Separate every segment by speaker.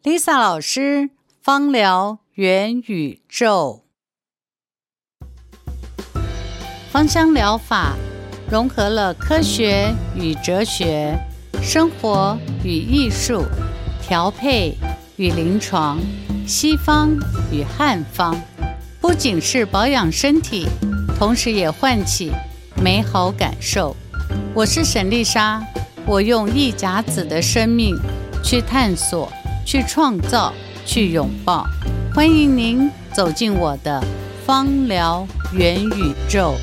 Speaker 1: Lisa 老师芳疗元宇宙，芳香疗法融合了科学与哲学，生活与艺术，调配与临床，西方与汉方，不仅是保养身体，同时也唤起美好感受。我是沈丽莎，我用一甲子的生命去探索，去创造，去拥抱。欢迎您走进我的芳疗元宇宙。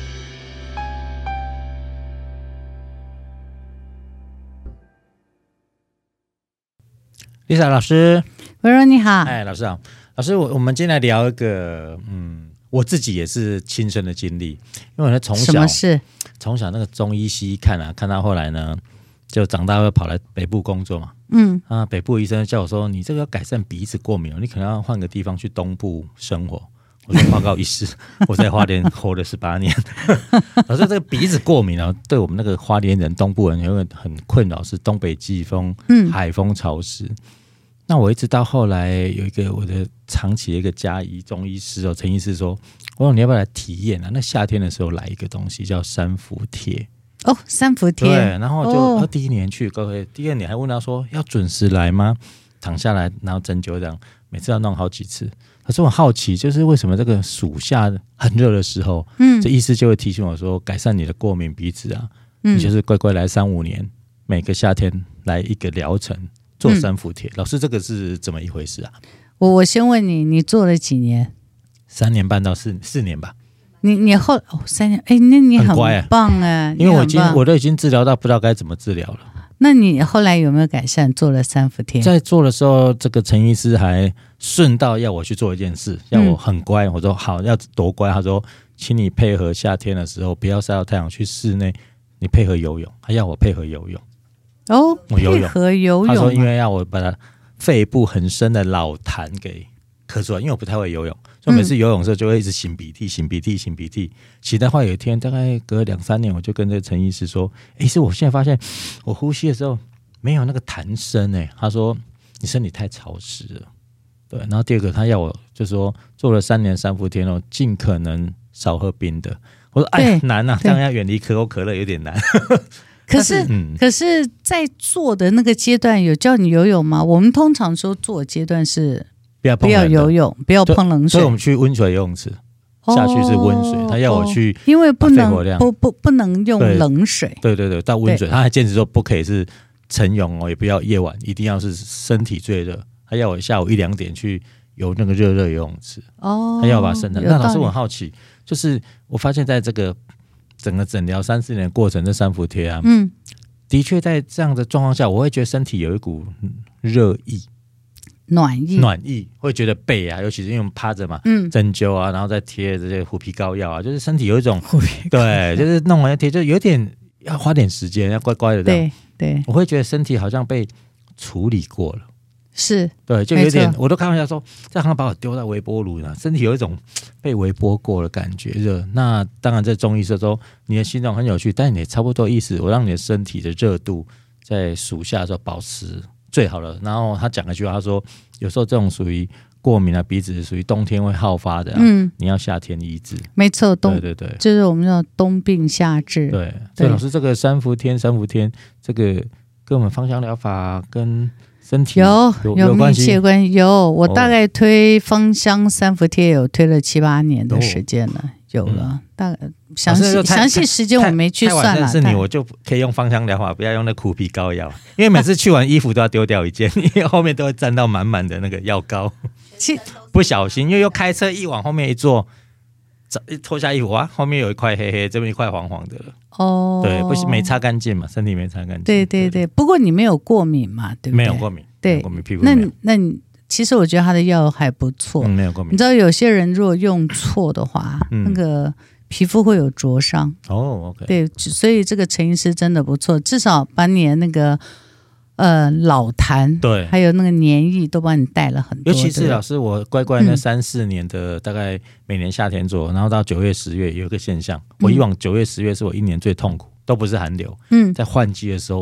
Speaker 2: Lisa 老师，
Speaker 1: 维柔你好。
Speaker 2: 老师好。老师，我们今天来聊一个，我自己也是亲身的经历，因为我从小
Speaker 1: 什么事？
Speaker 2: 从小那个中医西医看到后来呢，就长大会跑来北部工作嘛。北部医生叫我说，你这个要改善鼻子过敏你可能要换个地方去东部生活。我说报告医师，我在花莲活了18年。老师，这个鼻子过敏对我们那个花莲人、东部人有个很困扰，是东北季风、海风潮湿。那我一直到后来有一个我的长期的一个家医中医师陈医师说，我说你要不要来体验那夏天的时候来一个东西叫三伏贴。
Speaker 1: 三伏贴。
Speaker 2: 对，然后就第一年去，各位，第二年还问他说要准时来吗？躺下来，然后针灸这样，每次要弄好几次。可是我好奇，就是为什么这个暑夏很热的时候，这医师就会提醒我说，改善你的过敏鼻子你就是乖乖来3-5年，每个夏天来一个疗程。做三伏贴。老师，这个是怎么一回事啊？
Speaker 1: 我先问你，你做了几年
Speaker 2: ？3年半到4年吧。
Speaker 1: 你后3年，那你很棒
Speaker 2: 因为我都已经治疗到不知道该怎么治疗了。
Speaker 1: 那你后来有没有改善？做了三伏贴，
Speaker 2: 在做的时候，这个陈医师还顺道要我去做一件事，要我很乖。我说好，要多乖？他说，请你配合夏天的时候不要晒到太阳，去室内，你配合游泳。他要我配合游泳。我游泳，
Speaker 1: 配合游泳。
Speaker 2: 他说因为要我把他肺部很深的老痰给咳出来，因为我不太会游泳，所以每次游泳的时候就会一直擤鼻涕，擤的话，有一天大概隔2-3年，我就跟这个陈医师说，是我现在发现我呼吸的时候没有那个痰声他说你身体太潮湿了。对，然后第二个他要我就说做了3年三伏贴尽可能少喝冰的。我说难这样要远离可口可乐有点难。
Speaker 1: 可是在做的那个阶段有叫你游泳吗？我们通常说做的阶段是不要游泳，不要碰冷水，
Speaker 2: 所以我们去温水游泳池下去是温水，他要我去，
Speaker 1: 因为不能用冷水。
Speaker 2: 对，到温水，他还坚持说不可以是晨泳也不要夜晚，一定要是身体最热。他要我下午1-2点去游那个热游泳池。他要我把身体。那老师我很好奇，就是我发现在这个整个诊疗3-4年的过程，这三伏贴的确在这样的状况下，我会觉得身体有一股热意、暖意，会觉得背尤其是因为我们趴着嘛，针灸然后再贴这些虎皮膏药就是身体有一种对，就是弄完贴就有点要花点时间，要乖乖的这样。
Speaker 1: 对，
Speaker 2: 我会觉得身体好像被处理过了。
Speaker 1: 是，
Speaker 2: 对，就有点，我都开玩笑说，这好像把我丢在微波炉身体有一种被微波过的感觉热。那当然，在中医说你的形容很有趣，但你也差不多意思，我让你的身体的热度在暑夏的时候保持最好了。然后他讲了一句话，他说有时候这种属于过敏鼻子属于冬天会好发的你要夏天医治。
Speaker 1: 没错，
Speaker 2: 对，
Speaker 1: 就是我们叫冬病夏治。
Speaker 2: 对，所以老师这个三伏天这个跟我们芳香疗法跟身体有密切关系。
Speaker 1: 我大概推芳香三伏贴有推了7-8年的时间了，有了。大概详细时间我没去算了。
Speaker 2: 是你我就可以用芳香疗法，不要用那苦皮膏药，因为每次去完衣服都要丢掉一件，因为后面都会沾到满满的那个药膏。不小心，因为又开车一往后面一坐，一脱下衣服后面有一块黑黑，这边一块黄黄的了。对，不是没擦干净嘛，身体没擦干净。
Speaker 1: 对，不过你没有过敏嘛，对不对？
Speaker 2: 没有过敏，
Speaker 1: 对，
Speaker 2: 过敏皮肤没有。
Speaker 1: 那你其实我觉得他的药还不错，
Speaker 2: 没有过敏。
Speaker 1: 你知道有些人如果用错的话，那个皮肤会有灼伤。
Speaker 2: OK。
Speaker 1: 对，所以这个陈医师真的不错，至少把你的那个老痰，
Speaker 2: 对，
Speaker 1: 还有那个黏液都帮你带了很多。
Speaker 2: 尤其是老师，我乖乖那3-4年的，大概每年夏天做，然后到9月、10月有一个现象，我以往9月、10月是我1年最痛苦，都不是寒流。在换季的时候，不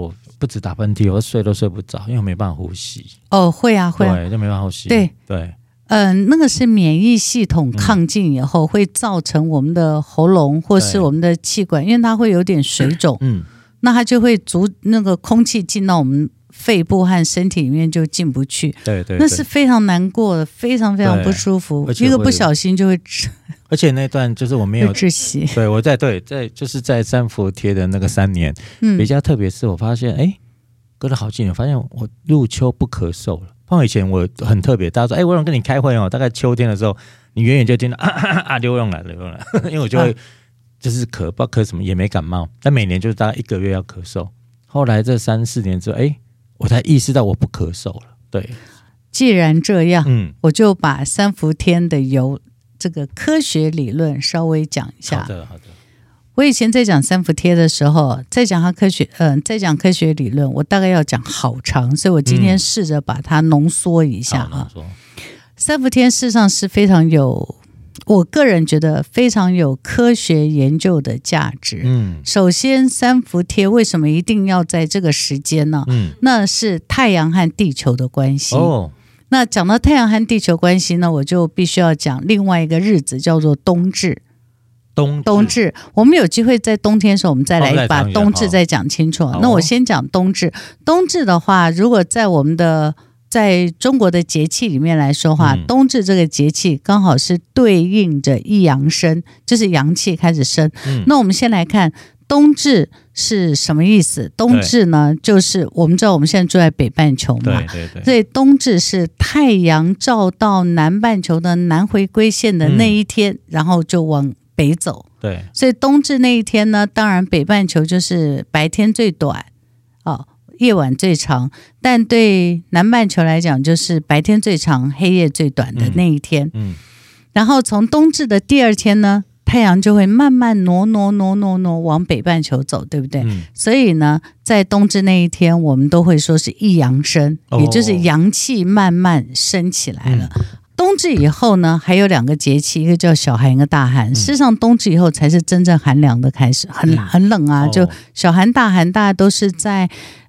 Speaker 2: 不止打喷嚏，我睡都睡不着，因为我没办法呼吸。
Speaker 1: 会啊，
Speaker 2: 对，就没办法呼吸。对。
Speaker 1: 那个是免疫系统亢进以后会造成我们的喉咙或是我们的气管，因为它会有点水肿，那它就会那个空气进到我们肺部和身体里面就进不去，对，那是非常难过的，非常非常不舒服，一个不小心就会
Speaker 2: 而且那段就是我没有
Speaker 1: 窒息。
Speaker 2: 对，我就是在三伏贴的那个3年，比较特别是我发现，隔得好近，我发现我入秋不咳嗽了。包括以前我很特别，大家说，我想跟你开会大概秋天的时候，你远远就听到刘勇来了，因为我就会就是咳，不知道咳什么，也没感冒，但每年就是大概1个月要咳嗽。后来这3-4年之后，我才意识到我不咳嗽了。对，
Speaker 1: 既然这样，我就把三伏天的油这个科学理论稍微讲一下。
Speaker 2: 好的。
Speaker 1: 我以前在讲三伏贴的时候，在讲科学理论，我大概要讲好长，所以我今天试着把它浓缩一下啊。三伏贴事实上是非常有，我个人觉得非常有科学研究的价值。首先三伏贴为什么一定要在这个时间呢？那是太阳和地球的关系。那讲到太阳和地球关系呢，我就必须要讲另外一个日子，叫做冬至。冬至，我们有机会在冬天的时候，我们再来把冬至再讲清楚。那我先讲冬至。冬至的话，如果在中国的节气里面来说的话，冬至这个节气刚好是对应着一阳生，就是阳气开始生。那我们先来看冬至是什么意思？冬至呢，就是我们知道我们现在住在北半球嘛，所以冬至是太阳照到南半球的南回归线的那一天，然后就往北走。
Speaker 2: 对，
Speaker 1: 所以冬至那一天呢，当然北半球就是白天最短，夜晚最长，但对南半球来讲就是白天最长，黑夜最短的那一天。然后从冬至的第2天呢，太阳就会慢慢挪往北半球走，对不对？所以呢，在冬至那一天，我们都会说是一阳生，也就是阳气慢慢升起来了。冬至以后呢，还有2个节气，一个叫小寒，一个大寒。事实上，冬至以后才是真正寒凉的开始，很冷啊。就小寒、大寒，大家都是在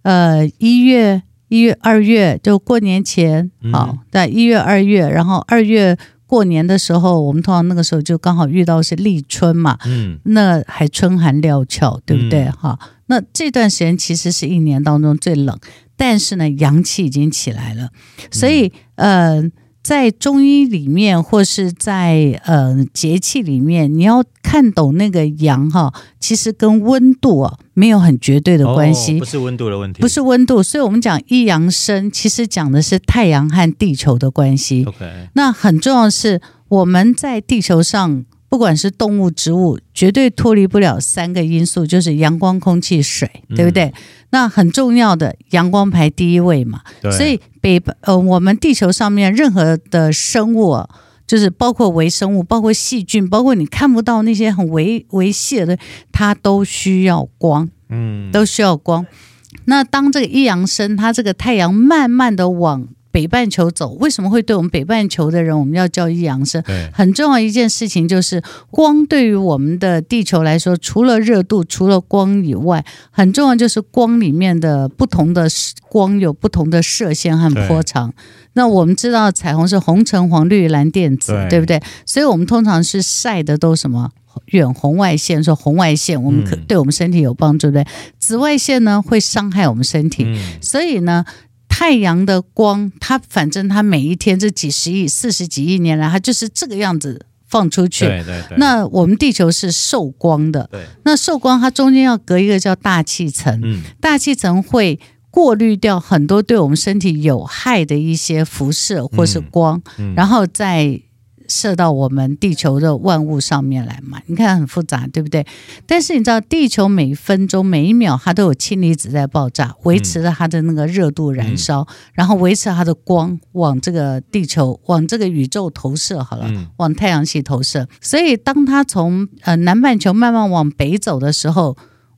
Speaker 1: 1月、2月，就过年前，在1月、2月，然后2月过年的时候，我们通常那个时候就刚好遇到是立春嘛，那还春寒料峭，对不对？那这段时间其实是1年当中最冷，但是呢，阳气已经起来了，所以在中医里面或是在节气里面，你要看懂那个阳其实跟温度没有很绝对的关系，
Speaker 2: 不是温度的问题，
Speaker 1: 不是温度，所以我们讲一阳生，其实讲的是太阳和地球的关系。那很重要的是，我们在地球上，不管是动物、植物，绝对脱离不了3个因素，就是阳光、空气、水，对不对？那很重要的，阳光排第一位嘛。所以我们地球上面任何的生物就是包括微生物，包括细菌，包括你看不到那些很微细的，它都需要光，都需要光。那当这个一阳生，它这个太阳慢慢的往北半球走，为什么会对我们北半球的人我们要叫一阳生？很重要一件事情就是光对于我们的地球来说，除了热度，除了光以外，很重要就是光里面的不同的光有不同的射线和波长。那我们知道彩虹是红橙黄绿蓝靛紫， 对不对？所以我们通常是晒的都什么远红外线，说红外线我们对我们身体有帮助，对不对？紫外线呢会伤害我们身体，所以呢太阳的光，反正它每一天这几十亿、40几亿年来，它就是这个样子放出去。那我们地球是受光的，那受光它中间要隔一个叫大气层，大气层会过滤掉很多对我们身体有害的一些辐射或是光，然后再射到我们地球的万物上面来嘛，你看很复杂，对不对？但是你知道地球每分钟每1秒它都有氢离子在爆炸，维持了它的那个热度燃烧，然后维持它的光往这个地球往这个宇宙投射好了，往太阳系投射。所以当它从南半球慢慢往北走的时候，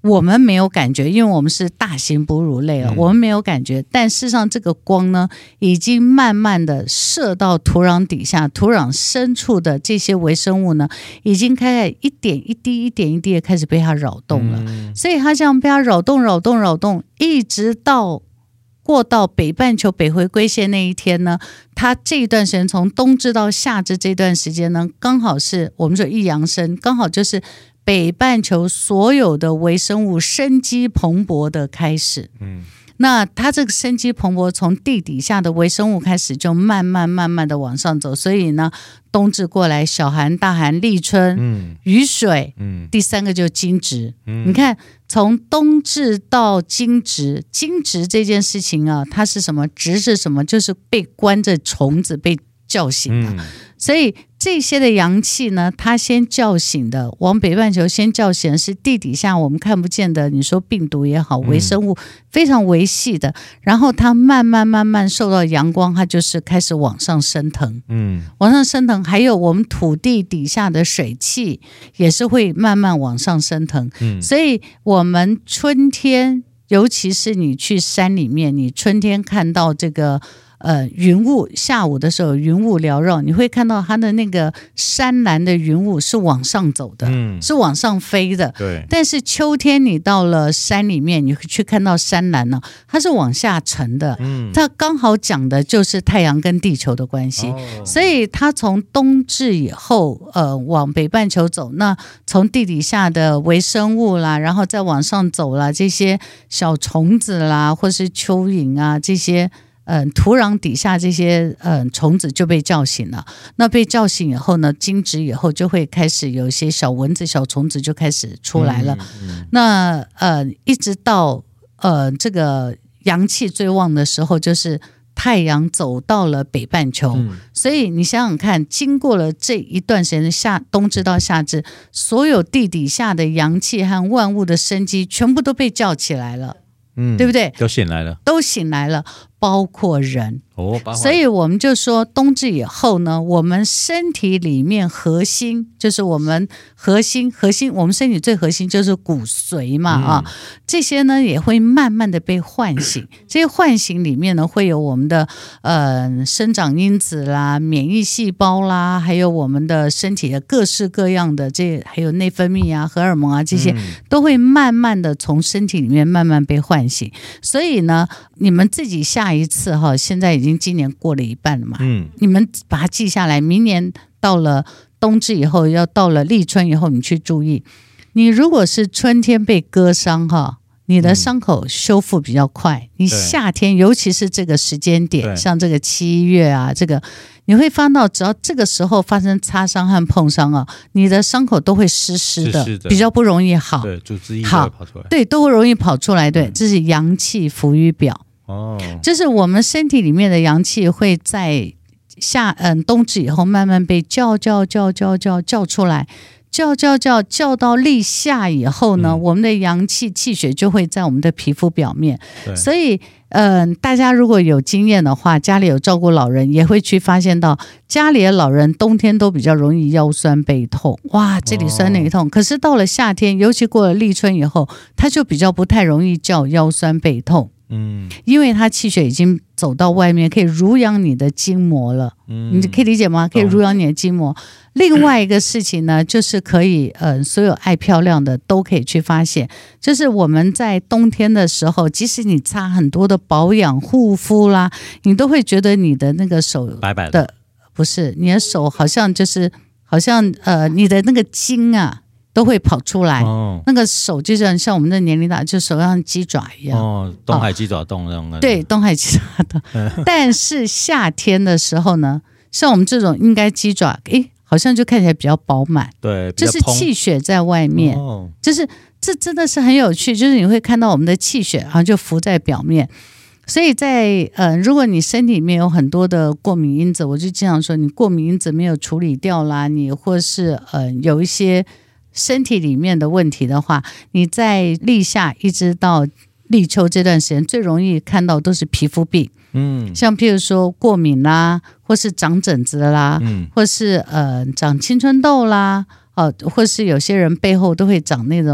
Speaker 1: 我们没有感觉，因为我们是大型哺乳类了，我们没有感觉。但事实上，这个光呢，已经慢慢的射到土壤底下，土壤深处的这些微生物呢，已经开始一点一滴、一点一滴的开始被它扰动了。所以它这样被它扰动、一直到过到北半球北回归线那一天呢，它这一段时间从冬至到夏至这段时间呢，刚好是我们说一阳生，刚好就是北半球所有的微生物生机蓬勃的开始。那它这个生机蓬勃，从地底下的微生物开始，就慢慢的往上走。所以呢，冬至过来，小寒、大寒、立春、雨水，第三个就惊蛰。你看，从冬至到惊蛰，惊蛰这件事情啊，它是什么？蛰是什么？就是被关着虫子被叫醒了。所以这些的阳气呢，它先叫醒的，往北半球先叫醒的是地底下我们看不见的，你说病毒也好，微生物非常微细的，然后它慢慢受到阳光，它就是开始往上升腾，往上升腾，还有我们土地底下的水汽也是会慢慢往上升腾，所以我们春天，尤其是你去山里面，你春天看到这个云雾，下午的时候云雾缭绕，你会看到它的那个山岚的云雾是往上走的，是往上飞的。
Speaker 2: 对。
Speaker 1: 但是秋天你到了山里面，你去看到山岚呢，它是往下沉的。它刚好讲的就是太阳跟地球的关系，所以它从冬至以后，往北半球走，那从地底下的微生物啦，然后再往上走啦，这些小虫子啦，或是蚯蚓啊，这些。土壤底下这些虫子就被叫醒了。那被叫醒以后呢，惊蛰以后就会开始有一些小蚊子、小虫子就开始出来了。那一直到这个阳气最旺的时候，就是太阳走到了北半球。所以你想想看，经过了这一段时间，冬至到夏至，所有地底下的阳气和万物的生机全部都被叫起来了。对不对？
Speaker 2: 都醒来了，
Speaker 1: 都醒来了，包括人。所以我们就说，冬至以后呢，我们身体里面核心就是我们核心，我们身体最核心就是骨髓嘛这些呢也会慢慢的被唤醒。这些唤醒里面呢，会有我们的生长因子啦、免疫细胞啦，还有我们的身体的各式各样的还有内分泌啊、荷尔蒙啊，这些都会慢慢的从身体里面慢慢被唤醒。所以呢，你们自己下一次现在已经今年过了一半了嘛，你们把它记下来，明年到了冬至以后，要到了立春以后，你去注意，你如果是春天被割伤你的伤口修复比较快，你夏天尤其是这个时间点，像这个7月啊，这个你会发现到，只要这个时候发生擦伤和碰伤你的伤口都会湿湿的，比较不容易好。
Speaker 2: 对，组织液都会跑出来。
Speaker 1: 对，都会容易跑出来。对，这是阳气浮于表。就是我们身体里面的阳气会在冬至以后慢慢被叫出来。叫到立夏以后呢，我们的阳气气血就会在我们的皮肤表面。所以大家如果有经验的话，家里有照顾老人，也会去发现到家里的老人冬天都比较容易腰酸背痛，哇，这里酸那里痛。可是到了夏天，尤其过了立春以后，他就比较不太容易叫腰酸背痛。因为它气血已经走到外面，可以濡养你的筋膜了。你可以理解吗？可以濡养你的筋膜。另外一个事情呢，就是可以所有爱漂亮的都可以去发现，就是我们在冬天的时候，即使你擦很多的保养护肤啦，你都会觉得你的那个手
Speaker 2: 白白的，
Speaker 1: 不是你的手好像你的那个筋啊都会跑出来，那个手就像我们的年龄大，就手像鸡爪一样，
Speaker 2: 东海鸡爪冻那种感觉。
Speaker 1: 对，东海鸡爪冻。但是夏天的时候呢，像我们这种应该鸡爪，好像就看起来比较饱满，
Speaker 2: 对，
Speaker 1: 就是气血在外面，就是这真的是很有趣，就是你会看到我们的气血好像就浮在表面。所以在如果你身体里面有很多的过敏因子，我就经常说，你过敏因子没有处理掉啦，你或是有一些身体里面的问题的话，你在立夏一直到立秋这段时间，最容易看到都是皮肤病。像譬如说过敏啦，或是长疹子啦，或是长青春痘啦，或是有些人背后都会长那种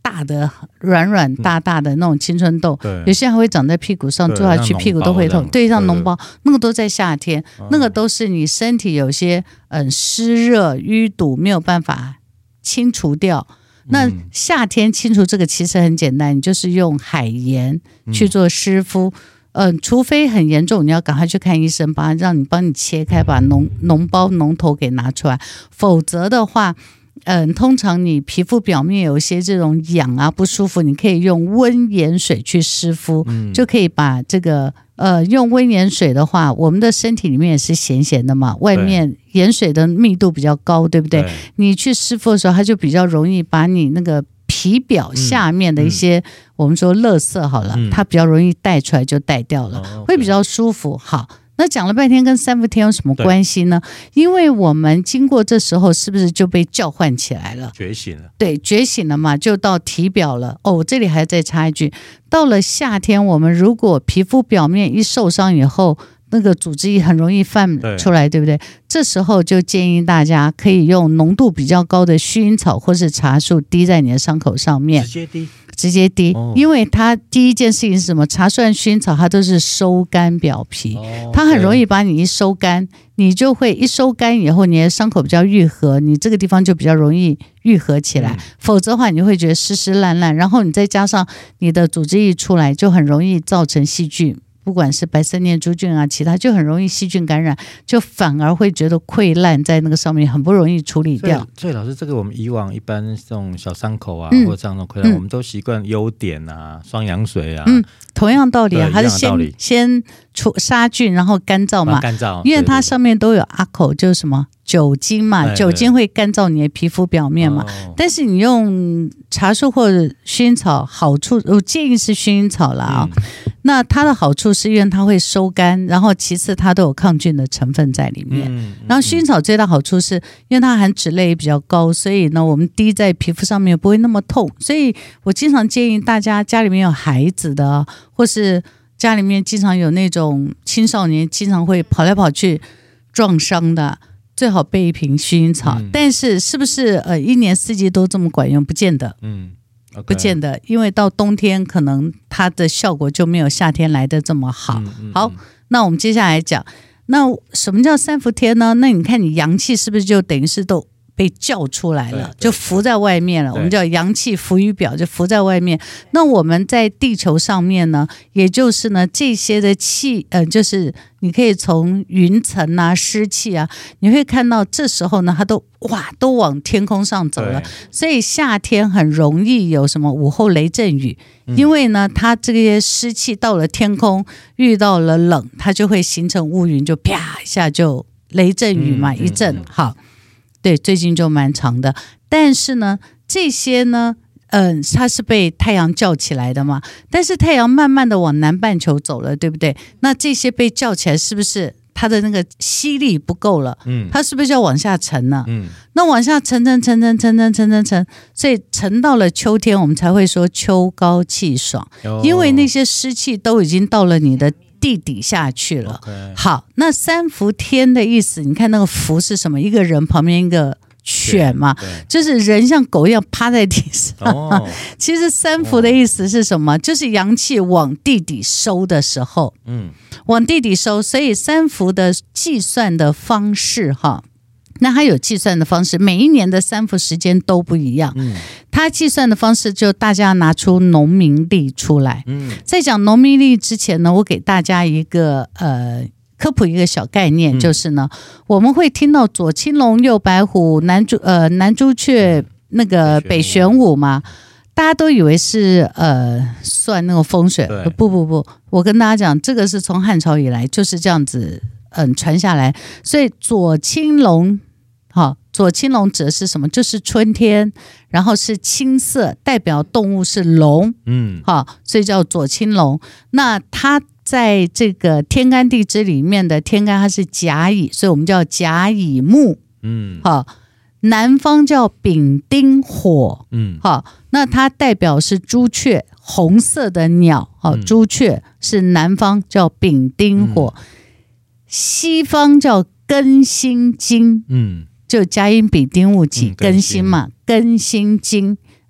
Speaker 1: 大的软软大大的那种青春痘，有些还会长在屁股上，坐下去屁股都会痛，对，像脓包，那个都在夏天，那个都是你身体有些湿热淤堵没有办法清除掉。那夏天清除这个其实很简单，你就是用海盐去做湿敷。除非很严重，你要赶快去看医生，让你帮你切开，把脓包脓头给拿出来。否则的话，通常你皮肤表面有一些这种痒啊不舒服，你可以用温盐水去湿敷，就可以把这个用温盐水的话，我们的身体里面也是咸咸的嘛，外面盐水的密度比较高，对不对？你去湿敷的时候，它就比较容易把你那个皮表下面的一些我们说垃圾好了，它比较容易带出来就带掉了，会比较舒服。好，那讲了半天跟三伏天有什么关系呢？因为我们经过这时候是不是就被叫唤起来了？
Speaker 2: 觉醒了，
Speaker 1: 对，觉醒了嘛，就到体表了。我这里还再插一句，到了夏天，我们如果皮肤表面一受伤以后，那个组织液很容易泛出来， 对不对？这时候就建议大家可以用浓度比较高的薰衣草或是茶树滴在你的伤口上面，直接滴，因为它第一件事情是什么？茶树和薰衣草它都是收干表皮，它很容易把你一收干，你就会一收干以后，你的伤口比较愈合，你这个地方就比较容易愈合起来。否则的话，你会觉得湿湿烂烂，然后你再加上你的组织液出来，就很容易造成细菌。不管是白色念珠菌啊，其他就很容易细菌感染，就反而会觉得溃烂在那个上面，很不容易处理掉。
Speaker 2: 所以老师，这个我们以往一般这种小伤口啊，或者这样的溃烂，我们都习惯优碘啊、双氧水啊。同样道理啊，它是先杀菌，然后干燥嘛，因为它上面都有阿口，就是什么酒精嘛，酒精会干燥你的皮肤表面嘛。但是你用茶树或者薰衣草，好处我建议是薰衣草啦啊。那它的好处是因为它会收干，然后其次它都有抗菌的成分在里面。然后薰衣草最大好处是因为它含脂类比较高，所以呢我们滴在皮肤上面不会那么痛。所以我经常建议大家家里面有孩子的，或是家里面经常有那种青少年经常会跑来跑去撞伤的，最好备一瓶薰衣草。但是是不是一年四季都这么管用？不见得。不见得，因为到冬天可能它的效果就没有夏天来的这么好。好，那我们接下来讲，那什么叫三伏天呢？那你看你阳气是不是就等于是都被叫出来了，就浮在外面了？我们叫阳气浮于表，就浮在外面。那我们在地球上面呢，也就是呢这些的气，就是你可以从云层啊、湿气啊，你会看到这时候呢，它都往天空上走了。所以夏天很容易有什么午后雷阵雨，因为呢，它这些湿气到了天空，遇到了冷，它就会形成乌云，就啪一下就雷阵雨嘛，一阵好。对，最近就蛮长的，但是呢，这些呢，它是被太阳叫起来的嘛，但是太阳慢慢的往南半球走了，对不对？那这些被叫起来，是不是它的那个吸力不够了？它是不是就要往下沉呢？那往下沉，所以沉到了秋天，我们才会说秋高气爽，因为那些湿气都已经到了你的地底下去了。好，那三伏天的意思，你看那个伏是什么？一个人旁边一个犬嘛，就是人像狗一样趴在地上。其实三伏的意思是什么？就是阳气往地底收的时候，往地底收。所以三伏的计算的方式哈，那它有计算的方式，每一年的三伏时间都不一样。它计算的方式就大家拿出农民历出来。在讲农民历之前呢，我给大家一个科普一个小概念，就是呢，我们会听到左青龙右白虎南朱雀那个北玄武嘛，大家都以为是算那个风水。不，我跟大家讲，这个是从汉朝以来就是这样子传下来。所以左青龙，左青龙指的是什么？就是春天，然后是青色，代表动物是龙。所以叫左青龙。那它在这个天干地支里面的天干它是甲乙，所以我们叫甲乙木。南方叫丙丁火。那它代表是朱雀，红色的鸟。朱雀是南方叫丙丁火。西方叫庚辛金。就甲寅丙丁戊己庚辛嘛，庚辛金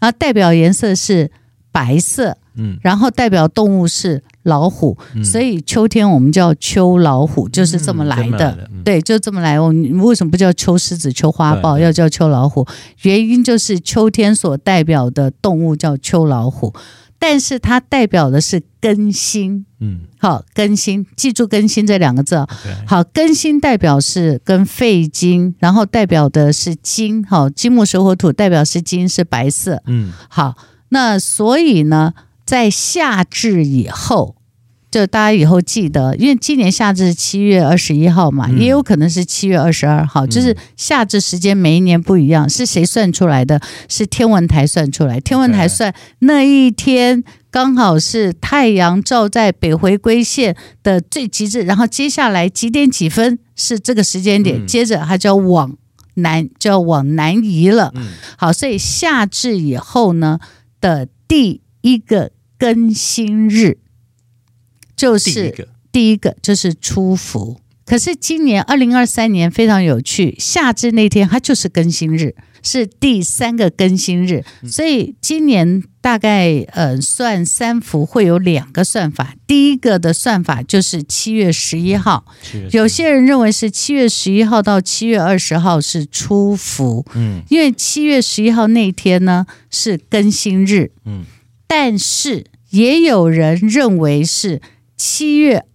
Speaker 1: 然后代表颜色是白色，然后代表动物是老虎，所以秋天我们叫秋老虎，就是这么来的。对，就这么来。你为什么不叫秋狮子、秋花豹，要叫秋老虎？原因就是秋天所代表的动物叫秋老虎，但是它代表的是更新。好，更新，记住更新这2个字。好，更新代表是跟肺金，然后代表的是金。好，金木水火土代表是金，是白色。好，那所以呢，在夏至以后，就大家以后记得，因为今年夏至是7月21号嘛，也有可能是7月22号，就是夏至时间每一年不一样。是谁算出来的？是天文台算出来。天文台算那一天刚好是太阳照在北回归线的最极致，然后接下来几点几分是这个时间点，接着它就要往南移了。好，所以夏至以后呢的第一个更新日，就是第一个就是初伏。可是今年2023年非常有趣，夏至那天它就是更新日，是第3个更新日。所以今年大概算3伏会有2个算法。第一个的算法就是7月11号，有些人认为是7月11号到7月20号是初伏，因为7月11号那天呢是更新日，但是也有人认为是7月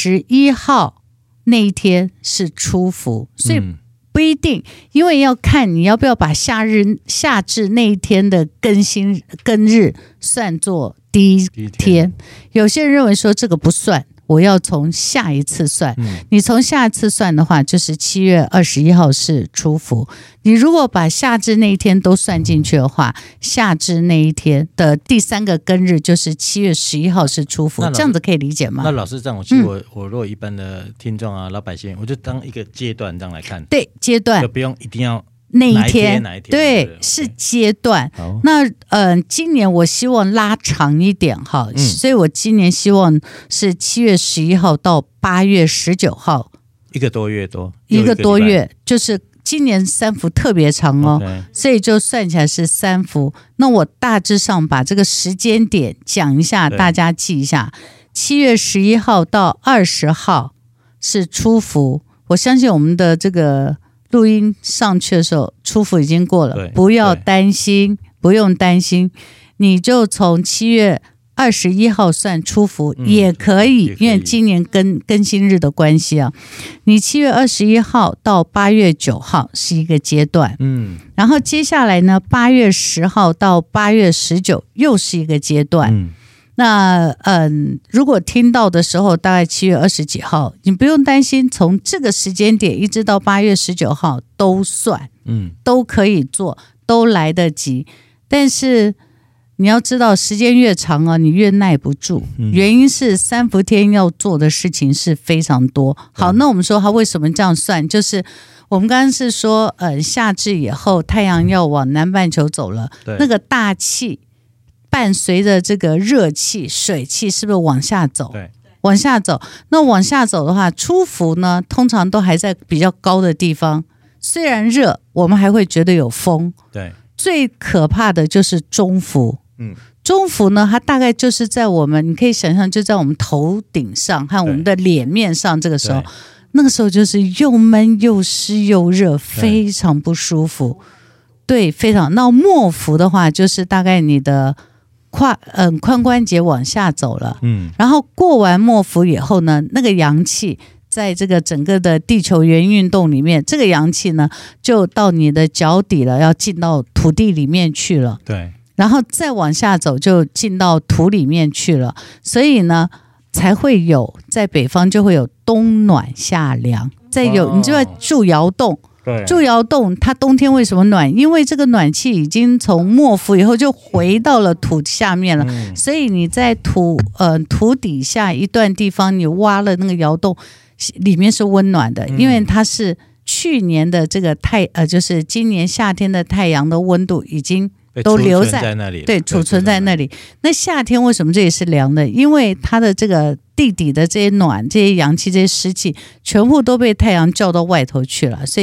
Speaker 1: 21号那一天是初伏，所以不一定，因为要看你要不要把夏至那一天的更日算作第一天。有些人认为说这个不算，我要从下一次算。你从下一次算的话，就是7月21号是初伏。你如果把夏至那一天都算进去的话，夏至那一天的第3个更日就是7月11号是初伏，这样子可以理解吗？
Speaker 2: 那老师这样，我如果一般的听众啊、老百姓，我就当一个阶段这样来看。
Speaker 1: 对，阶段
Speaker 2: 就不用一定要
Speaker 1: 那一天，
Speaker 2: 哪一天
Speaker 1: 对，是阶段。那今年我希望拉长一点哈，所以我今年希望是7月11号到8月19号，
Speaker 2: 一个多月多，
Speaker 1: 就是今年3伏特别长哦，所以就算起来是3伏。那我大致上把这个时间点讲一下，大家记一下。7月11号到20号是初伏，我相信我们的这个录音上去的时候，初伏已经过了，不要担心，不用担心，你就从7月21号算初伏也可以，因为今年更新日的关系啊。你7月21号到8月9号是一个阶段，然后接下来呢，8月10号到8月19又是一个阶段。那如果听到的时候大概7月20几号，你不用担心，从这个时间点一直到8月19号都算，都可以做，都来得及。但是你要知道，时间越长啊，你越耐不住。原因是3伏天要做的事情是非常多。好，那我们说它为什么这样算？就是我们刚刚是说，夏至以后太阳要往南半球走了，那个大气伴随着这个热气、水汽，是不是往下走？对，往下走。那往下走的话，初伏呢，通常都还在比较高的地方。虽然热，我们还会觉得有风。对，最可怕的就是中伏。中伏呢，它大概就是在我们，你可以想象，就在我们头顶上和我们的脸面上。这个时候，那个时候就是又闷又湿又热，非常不舒服。对，非常。那末伏的话，就是大概你的髋关节往下走了，然后过完末伏以后呢，那个阳气在这个整个的地球圆运动里面，这个阳气呢就到你的脚底了，要进到土地里面去了。对，然后再往下走就进到土里面去了，所以呢才会有在北方就会有冬暖夏凉，再有你就要住窑洞。住窑洞，它冬天为什么暖？因为这个暖气已经从末伏以后就回到了土下面了，所以你在土底下一段地方，你挖了那个窑洞，里面是温暖的，因为它是去年的这个就是今年夏天的太阳的温度已经都留在那里，对，储存在那里。那夏天为什么这里是凉的？因为它的这个地底的这些暖、这些阳气、这些湿气，全部都被太阳叫到外头去了，所以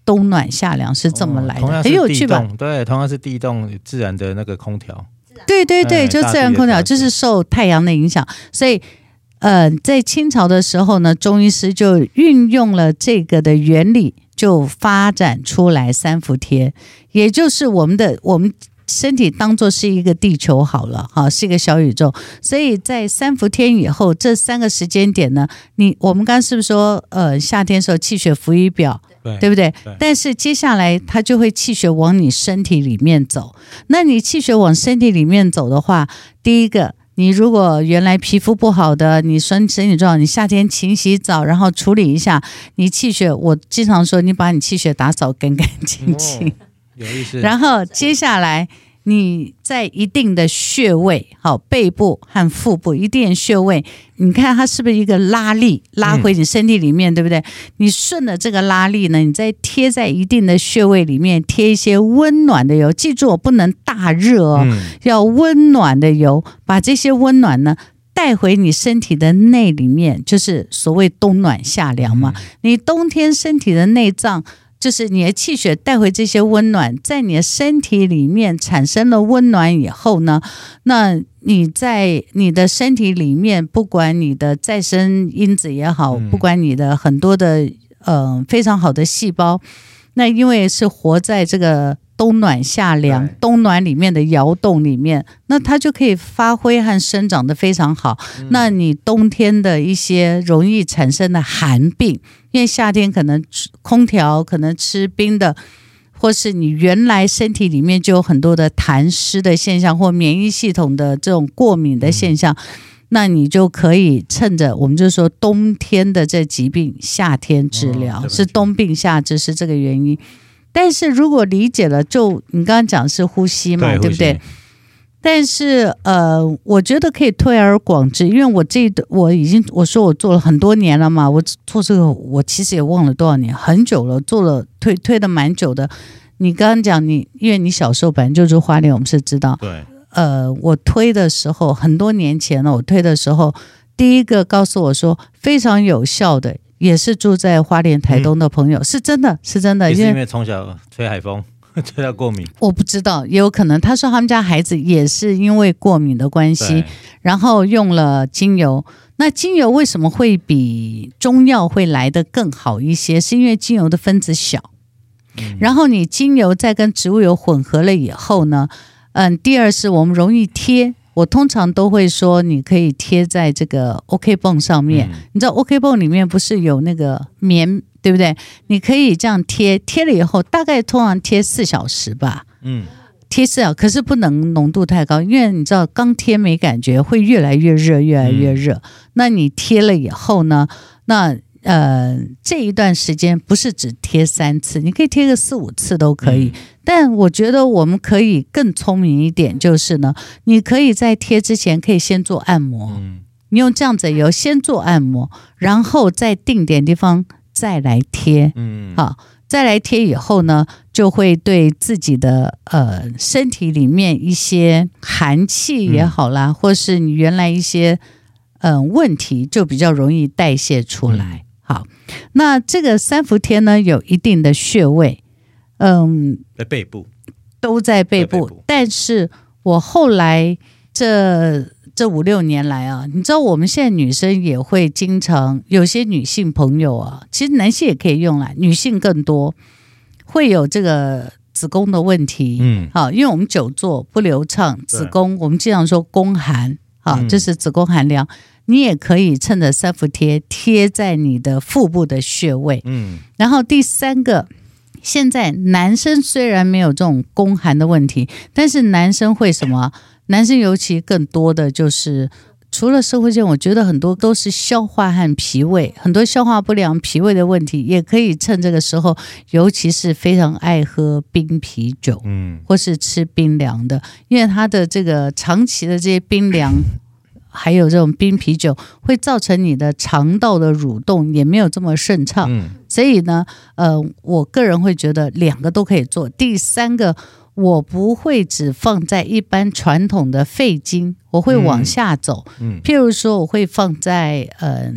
Speaker 1: 冬暖夏凉是这么来的，很有趣吧？
Speaker 2: 对，同样是地动自然的那个空调。
Speaker 1: 对对对，就自然空调就是受太阳的影响，所以在清朝的时候呢，中医师就运用了这个的原理，就发展出来三伏贴，也就是我们身体当作是一个地球好了，是一个小宇宙，所以在三伏天以后这3个时间点呢，我们刚刚是不是说夏天的时候气血浮于表，对不对？但是接下来它就会气血往你身体里面走，那你气血往身体里面走的话，第一个，你如果原来皮肤不好的，你身体状况，你夏天勤洗澡，然后处理一下你气血，我经常说你把你气血打扫干干净净，
Speaker 2: 有意思。
Speaker 1: 然后接下来你在一定的穴位，好，背部和腹部一定的穴位，你看它是不是一个拉力拉回你身体里面，对不对？你顺着这个拉力呢，你再贴在一定的穴位里面，贴一些温暖的油，记住我不能大热哦，要温暖的油，把这些温暖呢带回你身体的内里面，就是所谓冬暖夏凉嘛。你冬天身体的内脏，就是你的气血带回这些温暖，在你的身体里面产生了温暖以后呢，那你在你的身体里面，不管你的再生因子也好，不管你的很多的非常好的细胞，那因为是活在这个冬暖夏凉，冬暖里面的窑洞里面，那它就可以发挥和生长得非常好。那你冬天的一些容易产生的寒病，因为夏天可能空调，可能吃冰的，或是你原来身体里面就有很多的痰湿的现象，或免疫系统的这种过敏的现象，那你就可以趁着我们就说冬天的这疾病，夏天治疗，是冬病夏治，是这个原因。但是如果理解了，就你刚刚讲是呼吸嘛， 对不对？但是我觉得可以推而广之，因为我说我做了很多年了嘛，我做这个我其实也忘了多少年，很久了，做了推的蛮久的。你刚刚讲因为你小时候本来就住花莲，我们是知道。
Speaker 2: 对。
Speaker 1: 我推的时候很多年前了，我推的时候第一个告诉我说非常有效的，也是住在花莲台东的朋友，是真的，是真的，
Speaker 2: 也是因为从小吹海风吹到过敏，
Speaker 1: 我不知道，也有可能。他说他们家孩子也是因为过敏的关系，然后用了精油。那精油为什么会比中药会来得更好一些？是因为精油的分子小，然后你精油再跟植物油混合了以后呢，第二是我们容易贴。我通常都会说，你可以贴在这个 OK 泵上面。你知道 OK 泵里面不是有那个棉，对不对？你可以这样贴了以后，大概通常贴4小时吧。贴4小时，可是不能浓度太高，因为你知道刚贴没感觉，会越来越热，越来越热。那你贴了以后呢，那这一段时间不是只贴3次，你可以贴个4、5次都可以。但我觉得我们可以更聪明一点，就是呢，你可以在贴之前可以先做按摩，你用这样子的油先做按摩，然后在定点地方再来贴，好，再来贴以后呢，就会对自己的身体里面一些寒气也好啦，或是你原来一些问题就比较容易代谢出来。好，那这个三伏贴呢有一定的穴位，
Speaker 2: 在背部，
Speaker 1: 都在背部。但是我后来这5、6年来啊，你知道我们现在女生也会经常有些女性朋友啊，其实男性也可以用啦，女性更多会有这个子宫的问题。好，因为我们久坐不流畅，子宫我们经常说宫寒，好，就是子宫寒凉。你也可以趁着三伏贴贴在你的腹部的穴位。然后第3个，现在男生虽然没有这种宫寒的问题，但是男生会什么？男生尤其更多的就是除了社会性，我觉得很多都是消化和脾胃，很多消化不良、脾胃的问题，也可以趁这个时候，尤其是非常爱喝冰啤酒，或是吃冰凉的，因为他的这个长期的这些冰凉。还有这种冰啤酒会造成你的肠道的蠕动也没有这么顺畅，所以呢，我个人会觉得2个都可以做。第3个，我不会只放在一般传统的肺经，我会往下走。譬如说，我会放在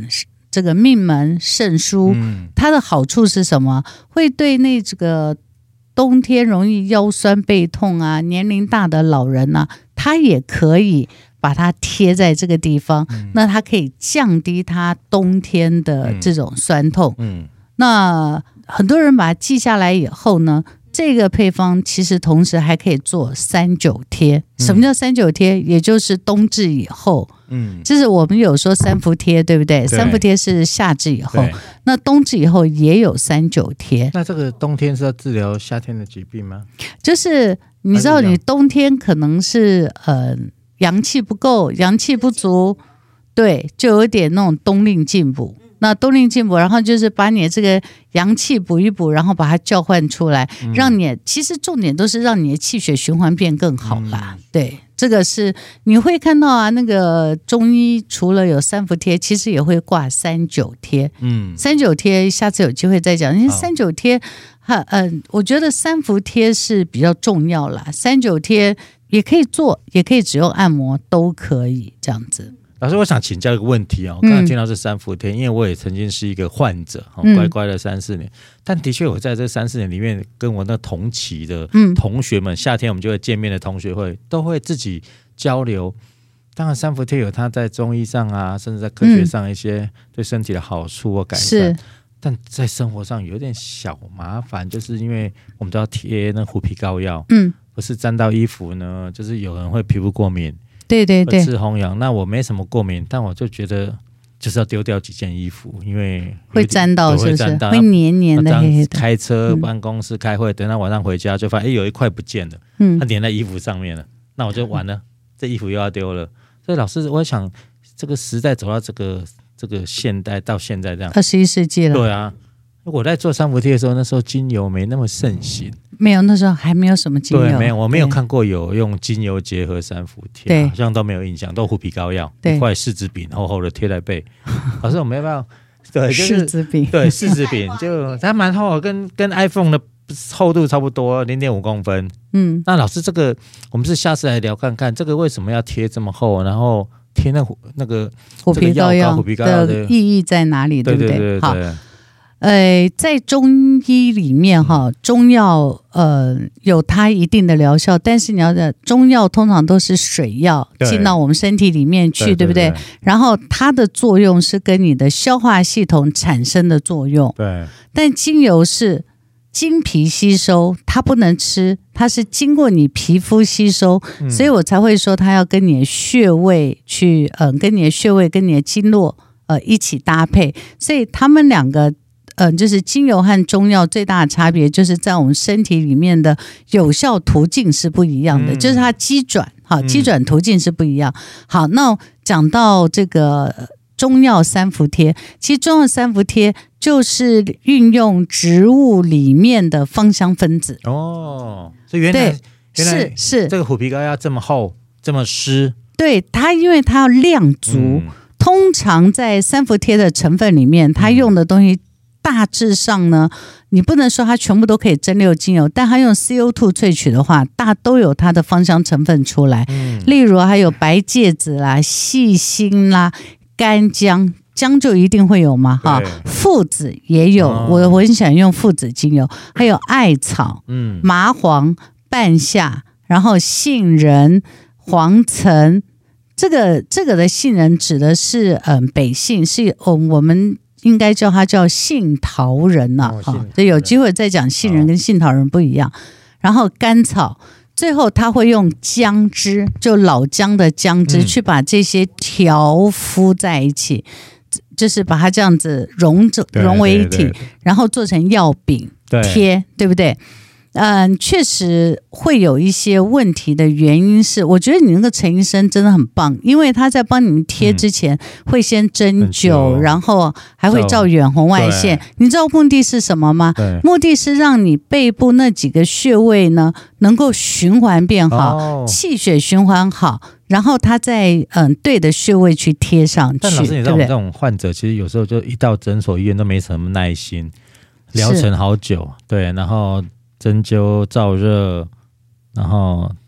Speaker 1: 这个命门肾腧，它的好处是什么？会对那这个冬天容易腰酸背痛啊，年龄大的老人啊，它也可以把它贴在这个地方，那它可以降低它冬天的这种酸痛。那很多人把它记下来以后呢，这个配方其实同时还可以做3-9贴。什么叫3-9贴？也就是冬至以后。就是我们有说3伏贴，对不对？3伏贴是夏至以后，那冬至以后也有3-9贴。
Speaker 2: 那这个冬天是要治疗夏天的疾病吗？
Speaker 1: 就是你知道，你冬天可能是阳气不够，阳气不足，对，就有点那种冬令进补。那冬令进补，然后就是把你的这个阳气补一补，然后把它叫唤出来，让你其实重点都是让你的气血循环变更好啦。对，这个是你会看到啊，那个中医除了有3伏贴，其实也会挂3-9贴。3-9贴下次有机会再讲。因为3-9贴，我觉得3伏贴是比较重要啦。3-9贴也可以做，也可以只用按摩，都可以这样子。
Speaker 2: 老师，我想请教一个问题啊，我刚才听到是3伏贴，因为我也曾经是一个患者，乖乖的3-4年，但的确我在这3-4年里面，跟我那同期的同学们，夏天我们就会见面的同学会，都会自己交流。当然3伏贴有它在中医上啊，甚至在科学上一些对身体的好处或改善，但在生活上有点小麻烦，就是因为我们都要贴那虎皮膏药，不是沾到衣服呢，就是有人会皮肤过敏。对，吃红痒，那我没什么过敏，但我就觉得就是要丢掉几件衣服，因为
Speaker 1: 会沾到，是不是？会黏黏的黑黑的。
Speaker 2: 开车办公室开会，等到晚上回家就发现，有一块不见了，它粘在衣服上面了，那我就完了，这衣服又要丢了。所以老师，我想这个时代走到这个现代到现在这样
Speaker 1: ，21世纪了。
Speaker 2: 对啊，我在做3伏贴的时候，那时候精油没那么盛行。
Speaker 1: 没有，那时候还没有什么精油。
Speaker 2: 对，没有，我没有看过有用精油结合3伏贴，好像都没有印象，都虎皮膏药，一块柿子饼厚厚的贴在背。老师，我们要不要？对，就是
Speaker 1: 柿子饼，
Speaker 2: 对，柿子饼就它蛮厚，跟 iPhone 的厚度差不多，0.5公分。那老师，这个我们是下次来聊看看，这个为什么要贴这么厚，然后贴那个
Speaker 1: 虎皮膏药
Speaker 2: 的
Speaker 1: 意义在哪里？对不对？
Speaker 2: 对。
Speaker 1: 好。在中医里面哈，中药有它一定的疗效，但是你要的中药通常都是水药进到我们身体里面去，对不对？然后它的作用是跟你的消化系统产生的作用。
Speaker 2: 对。
Speaker 1: 但精油是经皮吸收，它不能吃，它是经过你皮肤吸收，所以我才会说它要跟你的穴位去，跟你的穴位跟你的经络一起搭配，所以他们两个。就是精油和中药最大的差别，就是在我们身体里面的有效途径是不一样的，就是它机转途径是不一样。好，那讲到这个中药3伏贴，其实中药3伏贴就是运用植物里面的芳香分子。
Speaker 2: 哦，所以原来
Speaker 1: 是
Speaker 2: 这个虎皮膏要这么厚，这么湿。
Speaker 1: 对，它因为它要量足，通常在3伏贴的成分里面，它用的东西。大致上呢，你不能说它全部都可以蒸馏精油，但它用 CO2 萃取的话，都有它的芳香成分出来。例如还有白芥子啦、细辛啦、干姜，姜就一定会有嘛哈。附子也有，我很喜欢用附子精油，还有艾草、麻黄、半夏，然后杏仁、黄岑。这个的杏仁指的是北杏，是我们。应该叫它叫杏桃仁呐，所以有机会再讲杏仁跟杏桃仁不一样。然后甘草，最后它会用姜汁，就老姜的姜汁，去把这些调敷在一起，就是把它这样子融为一体，然后做成药饼贴，对不对？确实会有一些问题的原因是，我觉得你那个陈医生真的很棒，因为他在帮你们贴之前会先针灸，然后还会照远红外线。你知道目的是什么吗？目的是让你背部那几个穴位呢能够循环变好，气血循环好，然后他在对的穴位去贴上去。
Speaker 2: 但老师，你知道我们这种患者其实有时候就一到诊所医院都没什么耐心，疗程好久，对，然后针灸、燥热，然后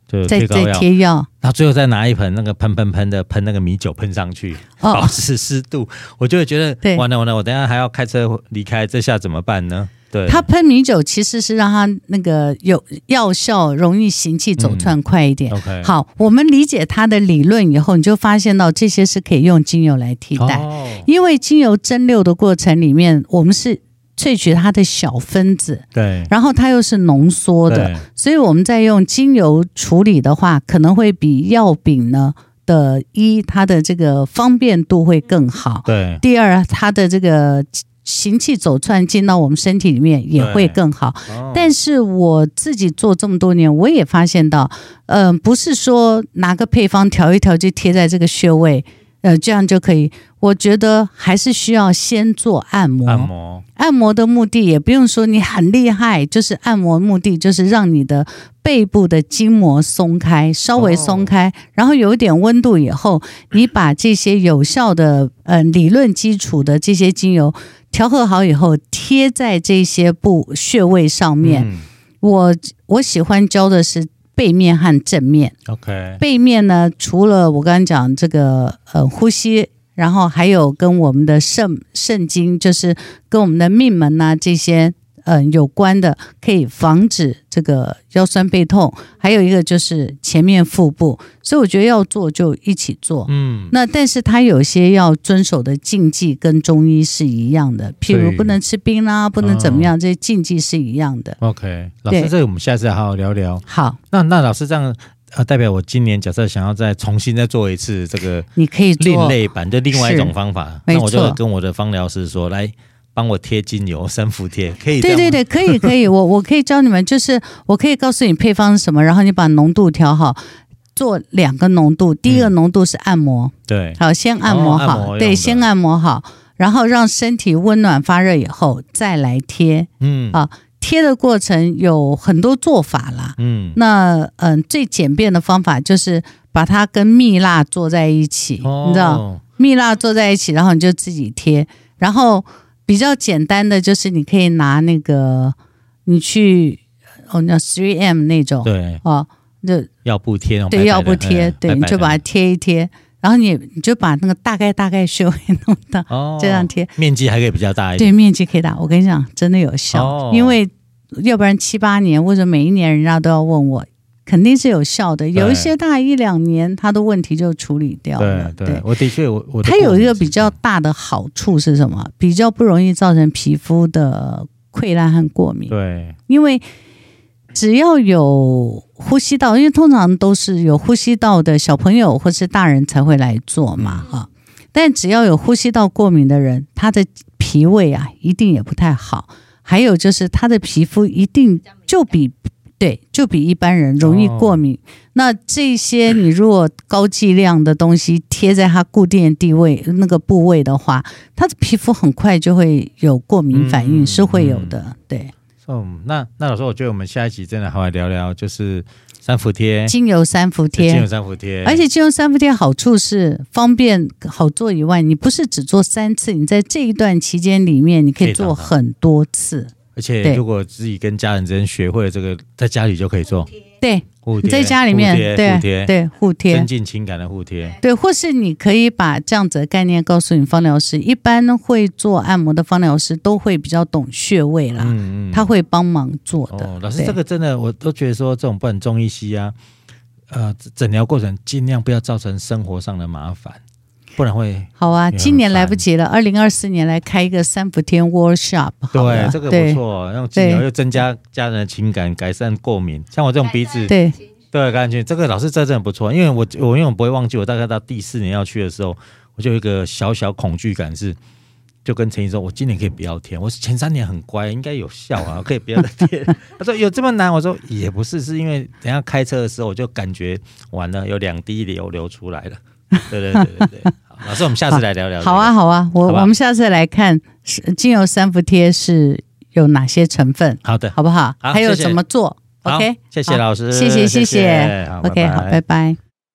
Speaker 2: 就贴膏药，
Speaker 1: 贴药，
Speaker 2: 然后最后再拿一盆那个喷那个米酒喷上去，保持湿度，我就会觉得完了，我等一下还要开车离开，这下怎么办呢？对，
Speaker 1: 它喷米酒其实是让它那个有药效，容易行气走窜快一点。
Speaker 2: OK，
Speaker 1: 好，我们理解它的理论以后，你就发现到这些是可以用精油来替代，因为精油蒸馏的过程里面，我们是萃取它的小分子，
Speaker 2: 对，
Speaker 1: 然后它又是浓缩的，所以我们在用精油处理的话，可能会比药饼呢的它的这个方便度会更好。
Speaker 2: 对，
Speaker 1: 第二，它的这个行气走窜进到我们身体里面也会更好。但是我自己做这么多年，我也发现到，不是说拿个配方调一调就贴在这个穴位，这样就可以。我觉得还是需要先做按摩。按摩的目的也不用说你很厉害，就是按摩目的就是让你的背部的筋膜松开，稍微松开，然后有一点温度以后，你把这些有效的理论基础的这些精油调和好以后，贴在这些穴位上面。我喜欢教的是背面和正面。
Speaker 2: OK，
Speaker 1: 背面呢，除了我刚刚讲这个呼吸，然后还有跟我们的肾经，就是跟我们的命门啊这些有关的，可以防止这个腰酸背痛。还有一个就是前面腹部，所以我觉得要做就一起做。那但是它有些要遵守的禁忌跟中医是一样的，譬如不能吃冰啦，不能怎么样，这些禁忌是一样的。
Speaker 2: OK， 老师，这个我们下次好好聊聊。
Speaker 1: 好，
Speaker 2: 那老师这样。代表我今年假设想要再重新再做一次这个，
Speaker 1: 你可以做
Speaker 2: 另类版，就另外一种方法。那我就跟我的芳疗师说，来帮我贴精油三伏贴，可以？
Speaker 1: 对，可以。我可以教你们，就是我可以告诉你配方是什么，然后你把浓度调好，做2个浓度。第一个浓度是按摩，
Speaker 2: 对，
Speaker 1: 好，先按摩好，对，先按摩好，然后让身体温暖发热以后再来贴，贴的过程有很多做法啦，那最简便的方法就是把它跟蜜蜡做在一起，你知道，蜜蜡做在一起，然后你就自己贴。然后比较简单的就是你可以拿那个，你去那 3M 那种，
Speaker 2: 对，
Speaker 1: 就
Speaker 2: 药布贴，
Speaker 1: 对，药布贴，对，你就把它贴一贴。然后你就把那个大概穴位弄到，这样贴，
Speaker 2: 面积还可以比较大一点。
Speaker 1: 对，面积可以大。我跟你讲，真的有效，因为要不然7、8年或者每一年人家都要问我，肯定是有效的。有一些大1、2年，它的问题就处理掉了。
Speaker 2: 对，我的确，
Speaker 1: 它有一个比较大的好处是什么？比较不容易造成皮肤的溃烂和过敏。
Speaker 2: 对，
Speaker 1: 因为只要有呼吸道，因为通常都是有呼吸道的小朋友或是大人才会来做嘛，但只要有呼吸道过敏的人，他的脾胃啊一定也不太好，还有就是他的皮肤一定就比一般人容易过敏。那这些你如果高剂量的东西贴在他固定的地位那个部位的话，他的皮肤很快就会有过敏反应，是会有的，对。
Speaker 2: 那老师，我觉得我们下一集真的好来聊聊，就是三伏贴，
Speaker 1: 精油三伏贴，而且精油三伏贴好处是方便好做以外，你不是只做3次，你在这一段期间里面，你可以做很多次。
Speaker 2: 而且如果自己跟家人之间学会了这个，在家里就可以做。
Speaker 1: 对，你在家里面互贴，
Speaker 2: 增进情感的互贴。
Speaker 1: 对，或是你可以把这样子的概念告诉你芳疗师，一般会做按摩的芳疗师都会比较懂穴位啦，他会帮忙做的。
Speaker 2: 老师，这个真的我都觉得说，这种不管中医西啊，诊疗过程尽量不要造成生活上的麻烦。不然会
Speaker 1: 好啊！今年来不及了，2024年来开一个三伏天 workshop。
Speaker 2: 对，这个不错，用精油又增加家人的情感，改善过敏。像我这种鼻子，对，感觉这个老师真的不错。因为我不会忘记，我大概到第4年要去的时候，我就有一个小小恐惧感是，就跟陈医说，我今年可以不要贴。我前3年很乖，应该有效啊，可以不要再贴。他说有这么难？我说也不是，是因为等一下开车的时候我就感觉完了，有2滴流出来了。对。老师，我们下次来聊聊。
Speaker 1: 好啊，我们下次来看精油三伏贴是有哪些成分。
Speaker 2: 好的，
Speaker 1: 好不好？还有怎么做 ？OK，
Speaker 2: 谢谢老师，
Speaker 1: 谢谢。OK， 好，拜拜。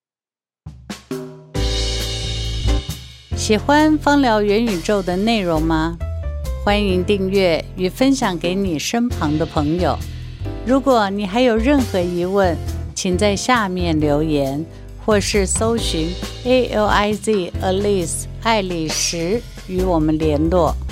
Speaker 1: 喜欢芳疗元宇宙的内容吗？欢迎订阅与分享给你身旁的朋友。如果你还有任何疑问， 请在下面留言，或是搜寻 ALIZ Alice 爱丽丝与我们联络。